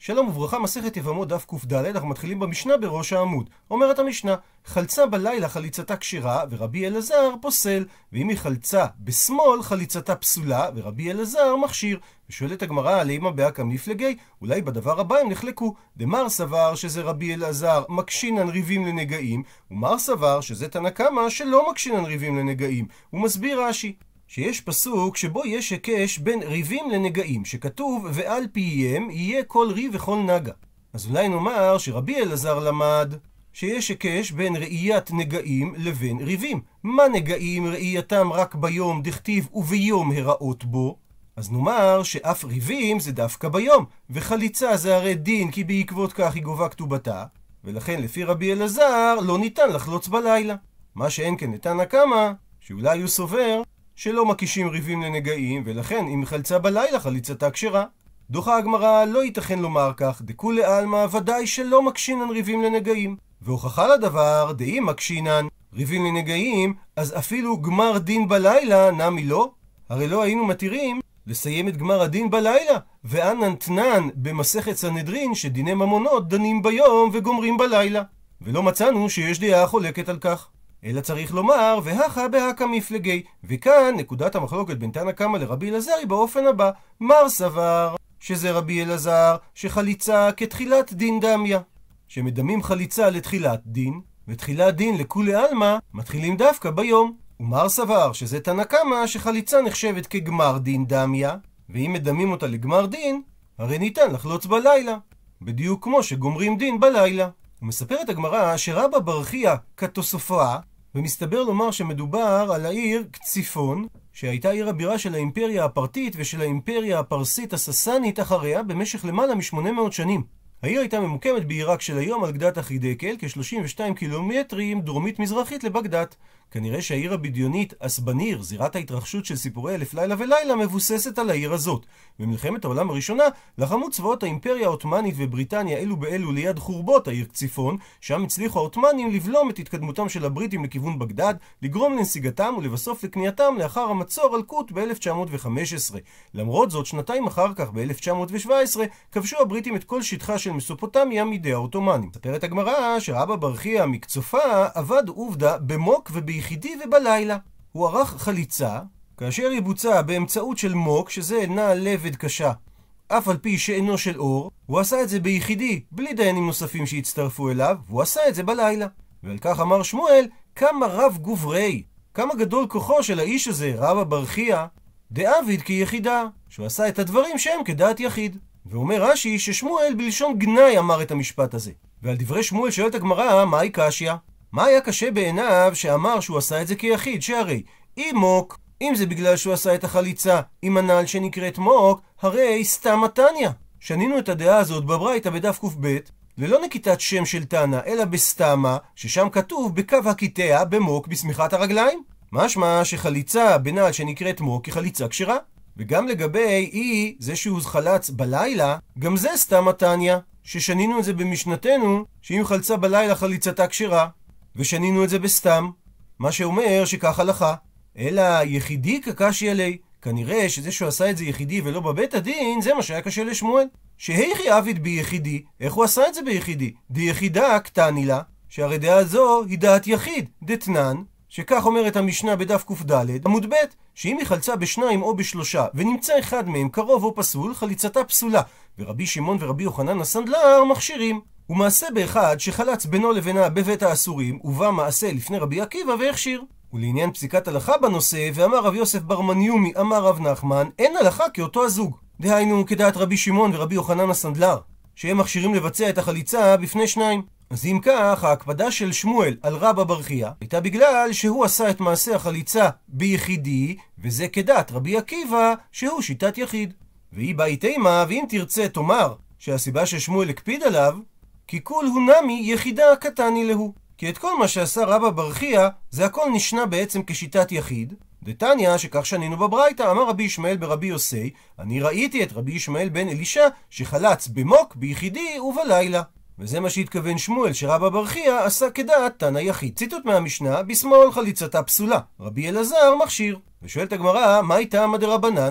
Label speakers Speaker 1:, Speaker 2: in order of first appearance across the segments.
Speaker 1: שלום וברכה, מסכת יבמות דף קד, אנחנו מתחילים במשנה בראש העמוד. אומרת המשנה, חלצה בלילה חליצתה כשרה ורבי אלעזר פוסל, ואם היא חלצה בשמאל חליצתה פסולה ורבי אלעזר מכשיר. ושואלת הגמרא, לימה באקא מפלגי, אולי בדבר הבא הם נחלקו. דמר סבר שזה רבי אלעזר מקשינן ריבים לנגעים, ומר סבר שזה תנא קמא שלא מקשינן ריבים לנגעים. הוא מסביר רש"י שיש פסוק שבו יש היקש בין ריבים לנגעים, שכתוב ועל פיהם יהיה כל ריב וכל נגע. אז אולי נאמר שרבי אלעזר למד שיש היקש בין ראיית נגעים לבין ריבים. מה נגעים ראייתם רק ביום דכתיב וביום הראות בו? אז נאמר שאף ריבים זה דווקא ביום, וחליצה זה הרי דין כי בעקבות כך היא גובה כתובתה, ולכן לפי רבי אלעזר לא ניתן לחלוץ בלילה. מה שאין כן תנא קמא, שאולי הוא סובר שלא מקישים ריבים לנגעים, ולכן אם חלצה בלילה חליצתה כשרה. דוחה הגמרא, לא ייתכן לומר כך, דכולי עלמא ודאי שלא מקשינן ריבים לנגעים. והוכחה לדבר, דאם מקשינן ריבים לנגעים, אז אפילו גמר דין בלילה נמי לא. הרי לא היינו מתירים לסיים את גמר הדין בלילה, ואנן תנן במסכת סנהדרין שדיני ממונות דנים ביום וגומרים בלילה, ולא מצאנו שיש דעה חולקת על כך. אלא צריך לומר, והכה בהכה מפלגי. וכאן נקודת המחלוקת בין תנא קמא לרבי אלעזר היא באופן הבא. מר סבר שזה רבי אלעזר שחליצה כתחילת דין דמיה, שמדמים חליצה לתחילת דין, ותחילת דין לכולי עלמא מתחילים דווקא ביום. ומר סבר שזה תנא קמא שחליצה נחשבת כגמר דין דמיה, ואם מדמים אותה לגמר דין הרי ניתן לחלוץ בלילה, בדיוק כמו שגומרים דין בלילה. ומספרת הגמרא שרבא בר חייא כתוספואה, ומסתבר לומר שמדובר על העיר קציפון, שהייתה עיר הבירה של האימפריה הפרתית ושל האימפריה הפרסית הססנית אחריה במשך למעלה מ-800 שנים. העיר הייתה ממוקמת בעיראק של היום על גדת החידקל, כ-32 קילומטרים דרומית מזרחית לבגדד. כנראה שהעיר הבדיונית אסבניר, זירת ההתרחשות של סיפורי אלף לילה ולילה, מבוססת על העיר הזאת. במלחמת העולם הראשונה לחמו צבאות האימפריה העות'מאנית ובריטניה אלו באלו ליד חורבות העיר קציפון, שם הצליחו העות'מאנים לבלום את התקדמותם של הבריטים לכיוון בגדד, לגרום לנסיגתם ולבסוף לכניעתם לאחר המצור על קוט ב-1915. למרות זאת, שנתיים אחר כך, ב-1917, כבשו הבריטים את כל שטחה של מסופוטמיה מידי העות'מאנים. מספרת הגמרא שרבא בר חייא מקצופה עבד עובדה במוק וביחידי ובלילה. הוא ערך חליצה, כאשר היא בוצעה באמצעות של מוק, שזה נע לבד קשה, אף על פי שאינו של אור, הוא עשה את זה ביחידי, בלי דיינים נוספים שהצטרפו אליו, והוא עשה את זה בלילה. ועל כך אמר שמואל, כמה רב גוברי, כמה גדול כוחו של האיש הזה, רבא בר חייא, דעביד כיחידה, שהוא עשה את הדברים שהם כדעת יחיד. ואומר רש"י ששמואל בלשון גנאי אמר את המשפט הזה. ועל דברי שמואל שואלת הגמרא, מהי קשיא? מה היה קשה בעיניו שאמר שהוא עשה את זה כיחיד? שהרי אם מוק, אם זה בגלל שהוא עשה את החליצה עם הנעל שנקראת מוק, הרי סתם תניא. שנינו את הדעה הזאת בברייתא בדף קב, ללא נקיטת שם של תנא, אלא בסתמה, ששם כתוב בקו הקיטע במוק בסמיכת הרגליים. משמע שחליצה בנעל שנקראת מוק היא חליצה כשרה. וגם לגבי זה שהוא חלץ בלילה, גם זה סתם תניא, ששנינו את זה במשנתנו, שאם חלצה בלילה חליצתה כשרה, ושנינו את זה בסתם, מה שאומר שכך הלכה. אלא יחידי כקשיא עלי, כנראה שזה שהוא עשה את זה יחידי ולא בבית הדין, זה מה שהיה קשה לשמואל. שהיכי עביד ביחידי, איך הוא עשה את זה ביחידי? דיחידה קטני לה, שהרי דעה זו היא דעת יחיד, דתנן, שכך אומרת המשנה בדף קד עמוד ב', שאם היא חלצה בשניים או בשלושה ונמצא אחד מהם קרוב או פסול, חליצתה פסולה, ורבי שמעון ורבי יוחנן הסנדלר מכשירים. ומעשה באחד שחלץ בינו לבינה בבית האסורים, ובא מעשה לפני רבי עקיבא והכשיר. ולעניין פסיקת הלכה בנושא, ואמר רב יוסף בר מניומי אמר רב נחמן, אין הלכה כאותו הזוג. דהיינו כדעת רבי שמעון ורבי יוחנן הסנדלר, שהם מכשירים לבצע את החליצה בפני שניים. אז אם כך, ההקפדה של שמואל על רבא בר חייא הייתה בגלל שהוא עשה את מעשה החליצה ביחידי, וזה כדעת רבי עקיבא שהוא שיטת יחיד. והיא באי תימה, ואם תרצה תאמר שהסיבה ששמואל הקפיד עליו, כי כול הוא נמי יחידה קטני להו. כי את כל מה שעשה רבא בר חייא, זה הכל נשנה בעצם כשיטת יחיד. דתניא, שכך שנינו בברייתא, אמר רבי ישמעאל ברבי יוסי, אני ראיתי את רבי ישמעאל בן אלישע שחלץ במוק ביחידי ובלילה. וזה מה שהתכוון שמואל, שרבא בר חייא עשה כדעת תנא יחיד. ציטוט מהמשנה, בשמאל חליצתה פסולה, רבי אלעזר מכשיר. ושואלת הגמרא, מהי טעמא דרבנן?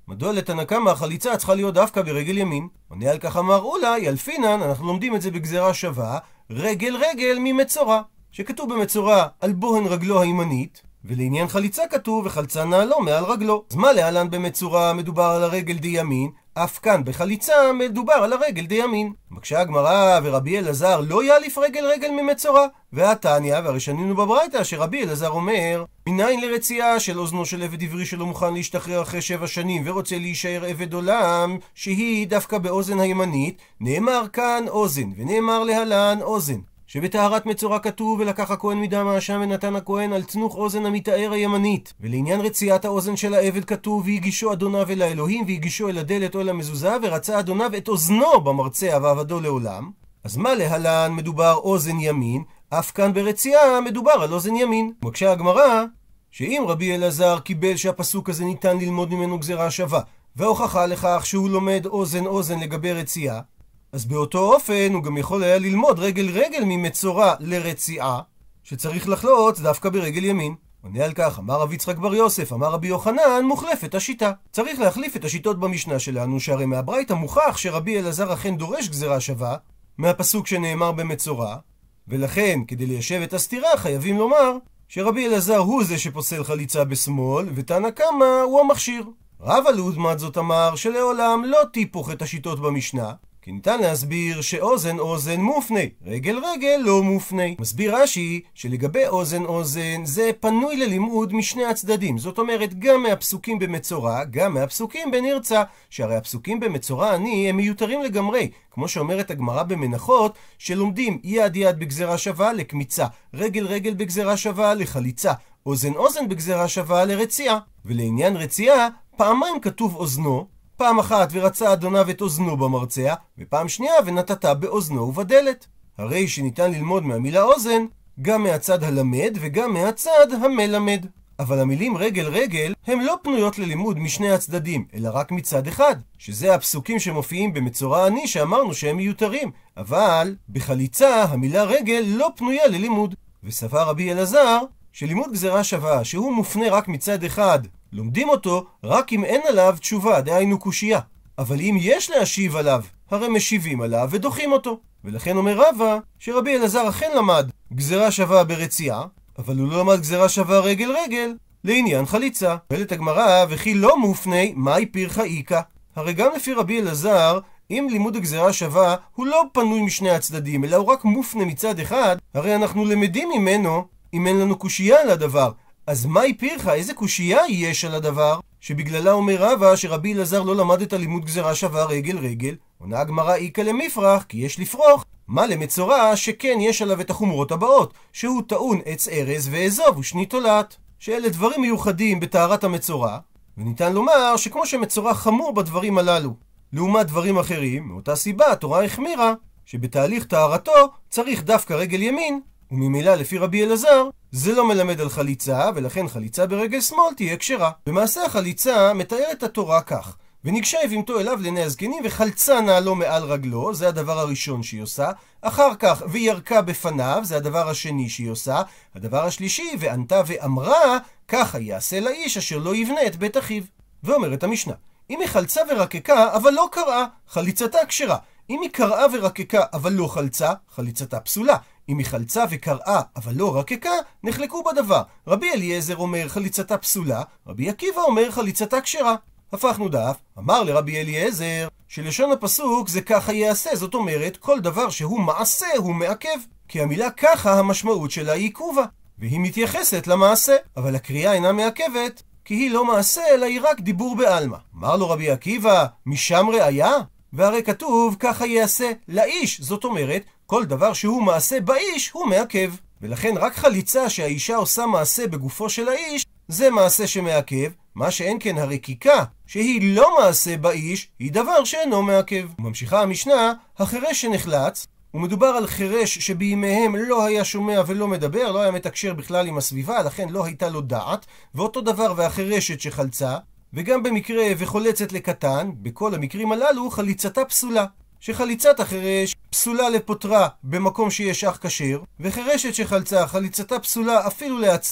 Speaker 1: מדוע לתנא קמא החליצה צריכה להיות דווקא ברגל ימין? עונה על כך אמר אולי, ילפינן, אנחנו לומדים את זה בגזרה שווה, רגל רגל ממצורע. שכתוב במצורע על בוהן רגלו הימנית, ולעניין חליצה כתוב וחלצה נעלו מעל רגלו. אז מה להלן במצורע מדובר על הרגל די ימין, אף כאן בחליצה מדובר על הרגל די ימין. מקשה הגמרא ורבי אלעזר לא יאליף רגל רגל ממצורע. והתניא, והרי שנינו בברייתא שרבי אלעזר אומר, מניין לרצייה של אוזנו של עבד עברי שלא מוכן להשתחרר אחרי 7 שנים ורוצה להישאר עבד עולם, שהיא דווקא באוזן הימנית, נאמר כאן אוזן ונאמר להלן אוזן. שבטהרת מצורע כתוב ולקח הכהן מדם האשם ונתן הכהן על צנוך אוזן המתאר הימנית. ולעניין רציית האוזן של העבד כתוב והגישו אדוניו אל האלוהים והגישו אל הדלת או אל המזוזה ורצה אדוניו את אוזנו במרצע ועבדו לעולם. אז מה להלן מדובר אוזן ימין, אף כאן ברצייה מדובר על אוזן ימין. מקשה הגמרא שאם רבי אלעזר קיבל שהפסוק הזה ניתן ללמוד ממנו גזרה שווה, והוכחה לכך שהוא לומד אוזן אוזן לגבי רצייה, אז באותו אופן הוא גם יכול היה ללמוד רגל רגל ממצורע לרציעה, שצריך לחלוץ דווקא ברגל ימין. עונה על כך, אמר רב יצחק בר יוסף, אמר רבי יוחנן, מוחלפת השיטה. צריך להחליף את השיטות במשנה שלנו, שהרי מהברייתא מוכח שרבי אלעזר אכן דורש גזרה שווה מהפסוק שנאמר במצורע, ולכן כדי ליישב את הסתירה חייבים לומר שרבי אלעזר הוא זה שפוסל חליצה בשמאל, ותנא קמא הוא המכשיר. רבא לעומת זאת אמר שלעולם לא תיפוך את השיטות במשנה, כי ניתן להסביר שאוזן אוזן מופני, רגל רגל לא מופני. מסביר רש"י שלגבי אוזן אוזן זה פנוי ללימוד משני הצדדים, זאת אומרת גם מהפסוקים במצורע, גם מהפסוקים בנרצה, שהרי הפסוקים במצורע עני הם מיותרים לגמרי, כמו שאומרת הגמרא במנחות, שלומדים יד יד בגזרה שווה לקמיצה, רגל רגל בגזרה שווה לחליצה, אוזן אוזן בגזרה שווה לרצייה. ולעניין רצייה, פעמיים כתוב אוזנו, פעם אחת ורצה אדוניו את אוזנו במרצע, ופעם שנייה ונתת באוזנו ובדלת. הרי שניתן ללמוד מהמילה אוזן גם מהצד הלמד וגם מהצד המלמד. אבל המילים רגל רגל הם לא פנויות ללימוד משני הצדדים, אלא רק מצד אחד, שזה הפסוקים שמופיעים במצורע עני שאמרנו שהם מיותרים. אבל בחליצה המילה רגל לא פנויה ללימוד. וסבר רבי אלעזר שלימוד גזרה שווה שהוא מופנה רק מצד אחד, לומדים אותו רק אם אין עליו תשובה, דהיינו קושייה. אבל אם יש להשיב עליו, הרי משיבים עליו ודוחים אותו. ולכן אומר רבא שרבי אלעזר אכן למד גזרה שווה ברצייה, אבל הוא לא למד גזרה שווה רגל רגל לעניין חליצה. שואלת הגמרא, וכי לא מופני, מהי פירחא איכא? הרי גם לפי רבי אלעזר, אם לימוד הגזרה שווה הוא לא פנוי משני הצדדים, אלא הוא רק מופנה מצד אחד, הרי אנחנו למדים ממנו אם אין לנו קושייה על הדבר. אז מהי פירחא? איזה קושייה יש על הדבר שבגללה אומר רבא שרבי אלעזר לא למד את הלימוד גזרה שווה רגל רגל? עונה הגמרא איכא למפרח, כי יש לפרוח. מה למצורע שכן יש עליו את החומרות הבאות, שהוא טעון עץ ארז ואזוב ושני תולעת, שאלה דברים מיוחדים בטהרת המצורע, וניתן לומר שכמו שמצורע חמור בדברים הללו לעומת דברים אחרים, מאותה סיבה התורה החמירה שבתהליך טהרתו צריך דווקא רגל ימין, וממילא לפי רבי אלעזר זה לא מלמד על חליצה, ולכן חליצה ברגל שמאל תהיה כשרה. במעשה החליצה מתארת התורה כך, וניגשה יבימתו אליו לעיני הזקנים וחלצה נעלו מעל רגלו, זה הדבר הראשון שהיא עושה. אחר כך וירקה בפניו, זה הדבר השני שהיא עושה. הדבר השלישי, וענתה ואמרה, ככה יעשה לאיש אשר לא יבנה את בית אחיו. ואומרת המשנה, אם היא חלצה ורקקה אבל לא קראה, חליצתה כשרה. אם היא קראה ורקקה אבל לא חלצה, חליצתה פסולה. אם היא חלצה וקראה אבל לא רקקה, נחלקו בדבר. רבי אליעזר אומר חליצתה פסולה, רבי עקיבא אומר חליצתה כשרה. הפכנו דף, אמר לרבי אליעזר שלשון הפסוק זה ככה יעשה, זאת אומרת כל דבר שהוא מעשה הוא מעכב, כי המילה ככה המשמעות שלה היא עיכובה, והיא מתייחסת למעשה, אבל הקריאה אינה מעכבת כי היא לא מעשה אלא היא רק דיבור בעלמא. אמר לו רבי עקיבא, משם ראיה? והרי כתוב ככה יעשה לאיש, זאת אומרת כל דבר שהוא מעשה באיש הוא מעכב, ולכן רק חליצה שהאישה עושה מעשה בגופו של האיש זה מעשה שמעכב, מה שאין כן הרקיקה שהיא לא מעשה באיש היא דבר שאינו מעכב. וממשיכה המשנה, החרש שנחלץ, ומדובר על חרש שבימיהם לא היה שומע ולא מדבר, לא היה מתקשר בכלל עם הסביבה, לכן לא הייתה לו דעת, ואותו דבר והחרשת שחלצה, וגם במקרה וחולצת לקטן, בכל המקרים הללו חליצתה פסולה. שחליצת החרש פסולה לפוטרה במקום שיש אח כשר, וחרשת שחלצה חליצתה פסולה אפילו לעצמה,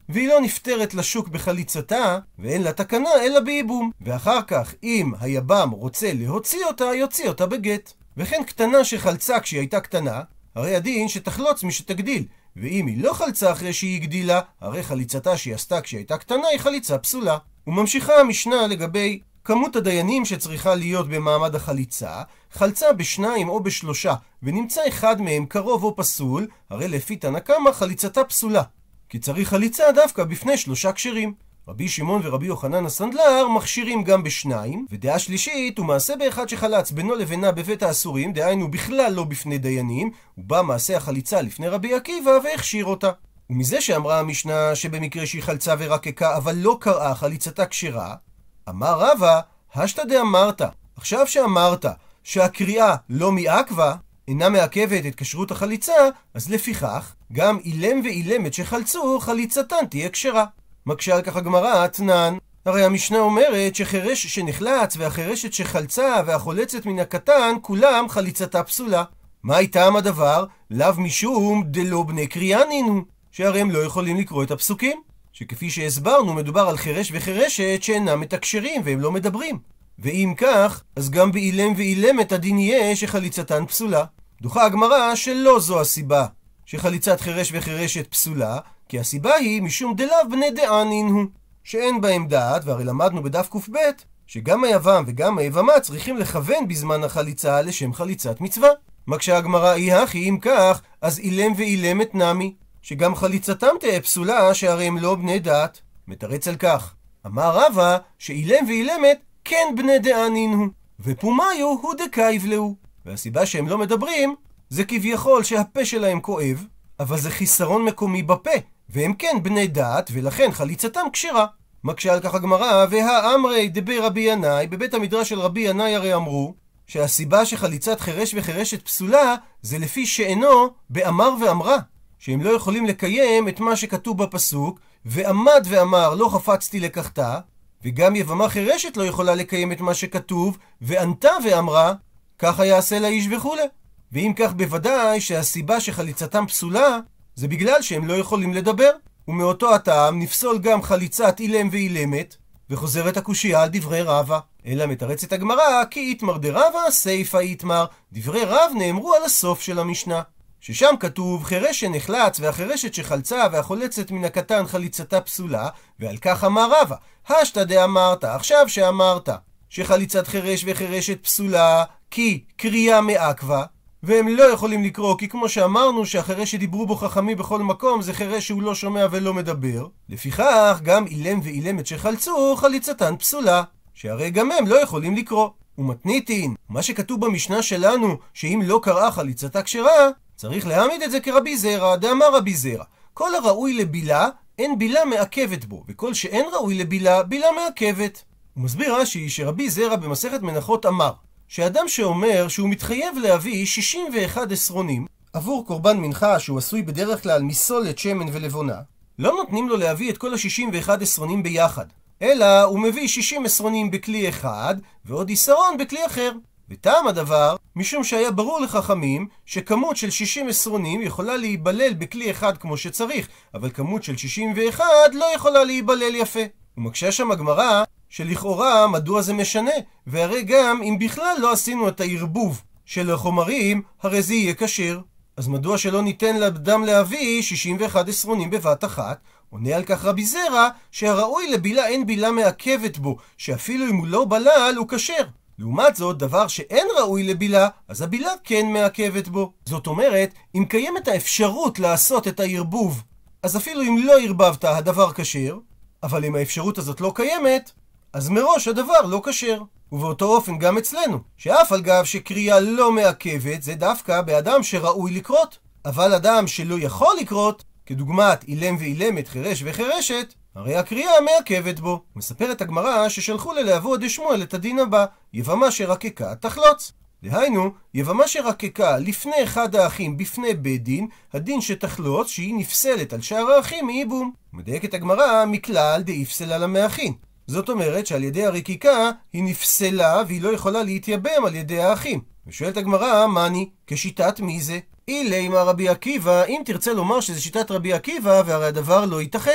Speaker 1: והיא לא נפטרת לשוק בחליצתה, ואין לה תקנה אלא בייבום. ואחר כך, אם היבם רוצה להוציא אותה, יוציא אותה בגט. וכן קטנה שחלצה כשהיא הייתה קטנה, הרי הדין שתחלוץ משתגדיל. ואם היא לא חלצה אחרי שהיא הגדילה, הרי חליצתה שהיא עשתה כשהיא הייתה קטנה היא חליצה פסולה. וממשיכה המשנה לגבי כמות הדיינים שצריכה להיות במעמד החליצה. חלצה בשניים או בשלושה, ונמצא אחד מהם קרוב או פסול, הרי לפי תנא קמא חליצתה פסולה. כי צריך חליצה דווקא בפני שלושה כשרים. רבי שמעון ורבי יוחנן הסנדלר מכשירים גם בשניים, ודעה שלישית הוא מעשה באחד שחלץ בינו לבינה בבית האסורים, דהיינו בכלל לא בפני דיינים, ובא מעשה החליצה לפני רבי עקיבא והכשיר אותה. ומזה שאמרה המשנה שבמקרה שהיא חלצה ורקקה אבל לא קראה חליצתה כשרה, אמר רבא, השתא דאמרת, עכשיו שאמרת שהקריאה לא מעכבה, אינה מעכבת את כשרות החליצה, אז לפיכך גם אילם ואילמת שחלצו חליצתן תהיה כשרה. מקשה על כך הגמרא, אתנן, הרי המשנה אומרת שחירש שנחלץ והחירשת שחלצה והחולצת מן הקטן כולם חליצתה פסולה. מה איתם הדבר? לאו משום דלא בני קריאה נינו, שהרי הם לא יכולים לקרוא את הפסוקים, שכפי שהסברנו מדובר על חירש וחירשת שאינם מתקשרים והם לא מדברים. ואם כך, אז גם באילם ואילמת הדין יהיה שחליצתן פסולה. דוחה הגמרא שלא זו הסיבה שחליצת חירש וחירשת פסולה, כי הסיבה היא משום דלאו בני דעה נינו, שאין בהם דעת, והרי למדנו בדף ק"ב שגם היבם וגם היבמה צריכים לכוון בזמן החליצה לשם חליצת מצווה. מקשה הגמרא, אי הכי אם כך, אז אילם ואילמת נמי, שגם חליצתם תהיה פסולה שהרי הם לא בני דעת. מתרץ על כך, אמר רבא שאילם ואילמת כן בני דעה נינו, ופומיו הוא דקייבלהו. והסיבה שהם לא מדברים זה כביכול שהפה שלהם כואב, אבל זה חיסרון מקומי בפה, והם כן בני דעת, ולכן חליצתם כשרה. מקשה על כך הגמרא, והאמרי דבי רבי ינאי, בבית המדרש של רבי ינאי הרי אמרו שהסיבה שחליצת חירש וחירשת פסולה זה לפי שאינו באמר ואמרה, שהם לא יכולים לקיים את מה שכתוב בפסוק, ועמד ואמר לא חפצתי לקחתה, וגם יבמה חירשת לא יכולה לקיים את מה שכתוב, וענתה ואמרה ככה יעשה לאיש וכו'. ואם כך בוודאי שהסיבה שחליצתם פסולה זה בגלל שהם לא יכולים לדבר, ומאותו הטעם נפסול גם חליצת אילם ואילמת, וחוזרת הקושייה על דברי רבא. אלא מתרצת הגמרא, כי איתמר דרבא סייפא איתמר, דברי רב נאמרו על הסוף של המשנה, ששם כתוב חירש שנחלץ והחירשת שחלצה והחולצת מן הקטן חליצתה פסולה, ועל כך אמר רבא, השתא דאמרת, עכשיו שאמרת שחליצת חירש וחירשת פסולה כי קריאה מעכבה, והם לא יכולים לקרוא, כי כמו שאמרנו שהחירש שדיברו בו חכמים בכל מקום זה חירש שהוא לא שומע ולא מדבר, לפיכך גם אילם ואילמת שחלצו חליצתן פסולה, שהרי גם הם לא יכולים לקרוא. ומתניתין, מה שכתוב במשנה שלנו שאם לא קראה חליצתה כשרה, צריך להעמיד את זה כרבי זרע, דאמר רבי זרע, כל הראוי לבילה אין בילה מעכבת בו, וכל שאין ראוי לבילה בילה מעכבת. הוא מסביר רש"י שרבי זרע במסכת מנחות אמר שאדם שאומר שהוא מתחייב להביא 61 עשרונים עבור קורבן מנחה שהוא עשוי בדרך כלל מסולת, שמן ולבונה, לא נותנים לו להביא את כל ה-61 עשרונים ביחד, אלא הוא מביא 60 עשרונים בכלי אחד ועוד עשרון בכלי אחר. וטעם הדבר משום שהיה ברור לחכמים שכמות של 60 עשרונים יכולה להיבלל בכלי אחד כמו שצריך, אבל כמות של 61 לא יכולה להיבלל יפה. ומקשה שם הגמרא שלכאורה מדוע זה משנה, והרי גם אם בכלל לא עשינו את הערבוב של החומרים הרי זה יהיה כשר, אז מדוע שלא ניתן לאדם להביא 61 עשרונים בבת אחת? עונה על כך רבי זרע שהראוי לבילה אין בילה מעכבת בו, שאפילו אם הוא לא בלל הוא כשר. לעומת זאת, דבר שאין ראוי לבילה, אז הבילה כן מעכבת בו. זאת אומרת, אם קיימת האפשרות לעשות את הערבוב, אז אפילו אם לא ערבבת הדבר כשר, אבל אם האפשרות הזאת לא קיימת, אז מראש הדבר לא כשר. ובאותו אופן גם אצלנו, שאף על גב שקריאה לא מעכבת זה דווקא באדם שראוי לקרות, אבל אדם שלא יכול לקרות, כדוגמת אילם ואילמת, חירש וחירשת, הרי הקריאה מעכבת בו. מספרת הגמרא ששלחו ללאבו דשמואל את הדין הבא, יבמה שרקקה תחלוץ. דהיינו, יבמה שרקקה לפני אחד האחים בפני בית דין, הדין שתחלוץ שהיא נפסלת על שאר האחים מייבום. מדייקת הגמרא מכלל דאיפסלה למאחין. זאת אומרת שעל ידי הרקיקה היא נפסלה והיא לא יכולה להתייבם על ידי האחים. ושואלת הגמרא, מני, כשיטת מי זה? אילי מה רבי עקיבא, אם תרצה לומר שזה שיטת רבי עקיבא, והרי הדבר לא ייתכן.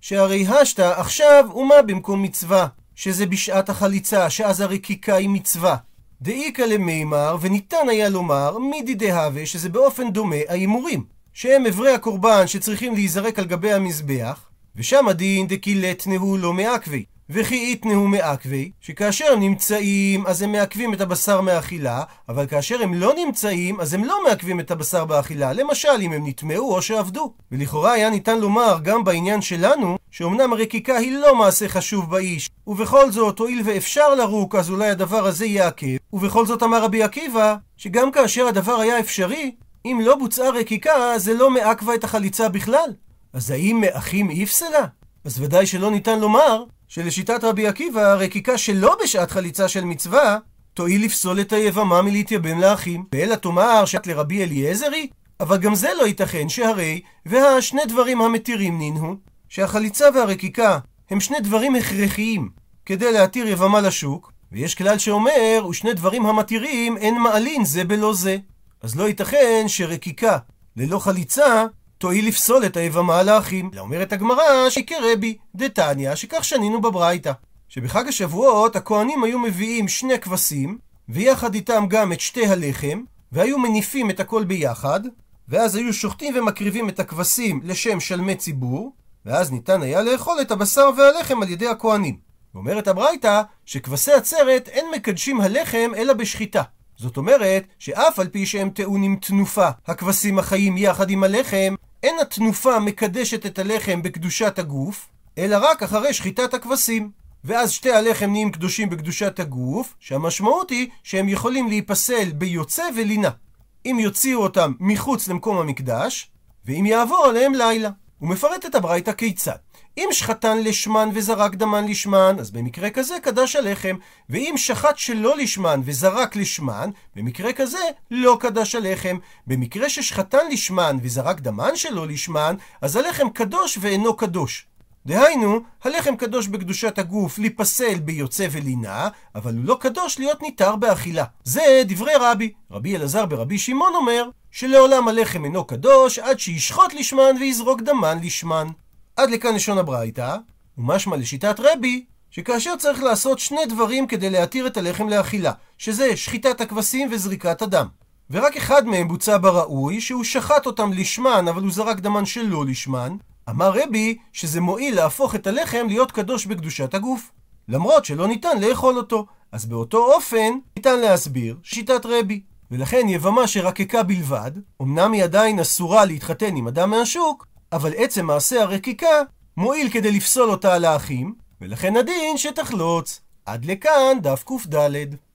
Speaker 1: שהרי השתא עכשיו ומה במקום מצווה, שזה בשעת החליצה, שאז הרקיקה היא מצווה. דאיקא למימר, וניתן היה לומר מידי דהווה, שזה באופן דומה ההימורים, שהם אברי הקורבן שצריכים להיזרק על גבי המזבח, ושם הדין דקילתנהו לא מעכבי, וכי איתנהו מעכבי, שכאשר הם נמצאים אז הם מעכבים את הבשר מאכילה, אבל כאשר הם לא נמצאים אז הם לא מעכבים את הבשר באכילה, למשל אם הם נטמעו או שעבדו. ולכאורה היה ניתן לומר גם בעניין שלנו, שאומנם הרקיקה היא לא מעשה חשוב באיש, ובכל זאת הואיל ואפשר לרוק אז אולי הדבר הזה יעכב, ובכל זאת אמר רבי עקיבא שגם כאשר הדבר היה אפשרי, אם לא בוצעה רקיקה זה לא מעכבה את החליצה בכלל. אז האם מאחים איפסלה? אז ודאי שלא ניתן לומר שלשיטת רבי עקיבא הרקיקה שלא בשעת חליצה של מצווה תועיל לפסול את היבמה מלהתייבם לאחים, ואלא תאמר שאת לרבי אליעזרי, אבל גם זה לא ייתכן, שהרי והשני דברים המתירים נינו, שהחליצה והרקיקה הם שני דברים הכרחיים כדי להתיר יבמה לשוק, ויש כלל שאומר ושני דברים המתירים אין מעלין זה בלא זה. אז לא ייתכן שרקיקה ללא חליצה תועיל לפסול את היבמה לאחים. אלא אומרת הגמרא שכרבי דתניא, שכך שנינו בברייתא, שבחג השבועות הכהנים היו מביאים 2 כבשים ויחד איתם גם את 2 הלחם, והיו מניפים את הכל ביחד, ואז היו שוחטים ומקריבים את הכבשים לשם שלמי ציבור, ואז ניתן היה לאכול את הבשר והלחם על ידי הכהנים. ואומרת הברייתא שכבשי עצרת אין מקדשים הלחם אלא בשחיטה. זאת אומרת שאף על פי שהם טעונים תנופה, הכבשים החיים יחד עם הלחם, אין התנופה מקדשת את הלחם בקדושת הגוף, אלא רק אחרי שחיטת הכבשים. ואז 2 הלחם נהיים קדושים בקדושת הגוף, שהמשמעות היא שהם יכולים להיפסל ביוצא ולינה, אם יוציאו אותם מחוץ למקום המקדש, ואם יעבור עליהם לילה. הוא מפרט את הברייתא כיצד. אם שחטן לשמן וזרק דמן לשמן, אז במקרה כזה קדש הלחם, ואם שחט שלא לשמן וזרק לשמן, במקרה כזה לא קדש הלחם. במקרה ששחטן לשמן וזרק דמן שלא לשמן, אז הלחם קדוש ואינו קדוש. דהיינו, הלחם קדוש בקדושת הגוף להיפסל ביוצא ולינה, אבל הוא לא קדוש להיות ניתר באכילה. זה דברי רבי אלעזר ברבי שמעון אומר שלעולם הלחם אינו קדוש עד שישחוט לשמן ויזרוק דמן לשמן. עד לכאן לשון הברייתא, ומשמע לשיטת רבי שכאשר צריך לעשות 2 דברים כדי להתיר את הלחם לאכילה, שזה שחיטת הכבשים וזריקת הדם, ורק אחד מהם בוצע בראוי, שהוא שחט אותם לשמן אבל הוא זרק דמן שלא לשמן, אמר רבי שזה מועיל להפוך את הלחם להיות קדוש בקדושת הגוף, למרות שלא ניתן לאכול אותו. אז באותו אופן ניתן להסביר שיטת רבי. ולכן יבמה שרקקה בלבד, אמנם היא עדיין אסורה להתחתן עם אדם מהשוק, אבל עצם מעשה הרקיקה מועיל כדי לפסול אותה על האחים, ולכן הדין שתחלוץ. עד לכאן דף קד.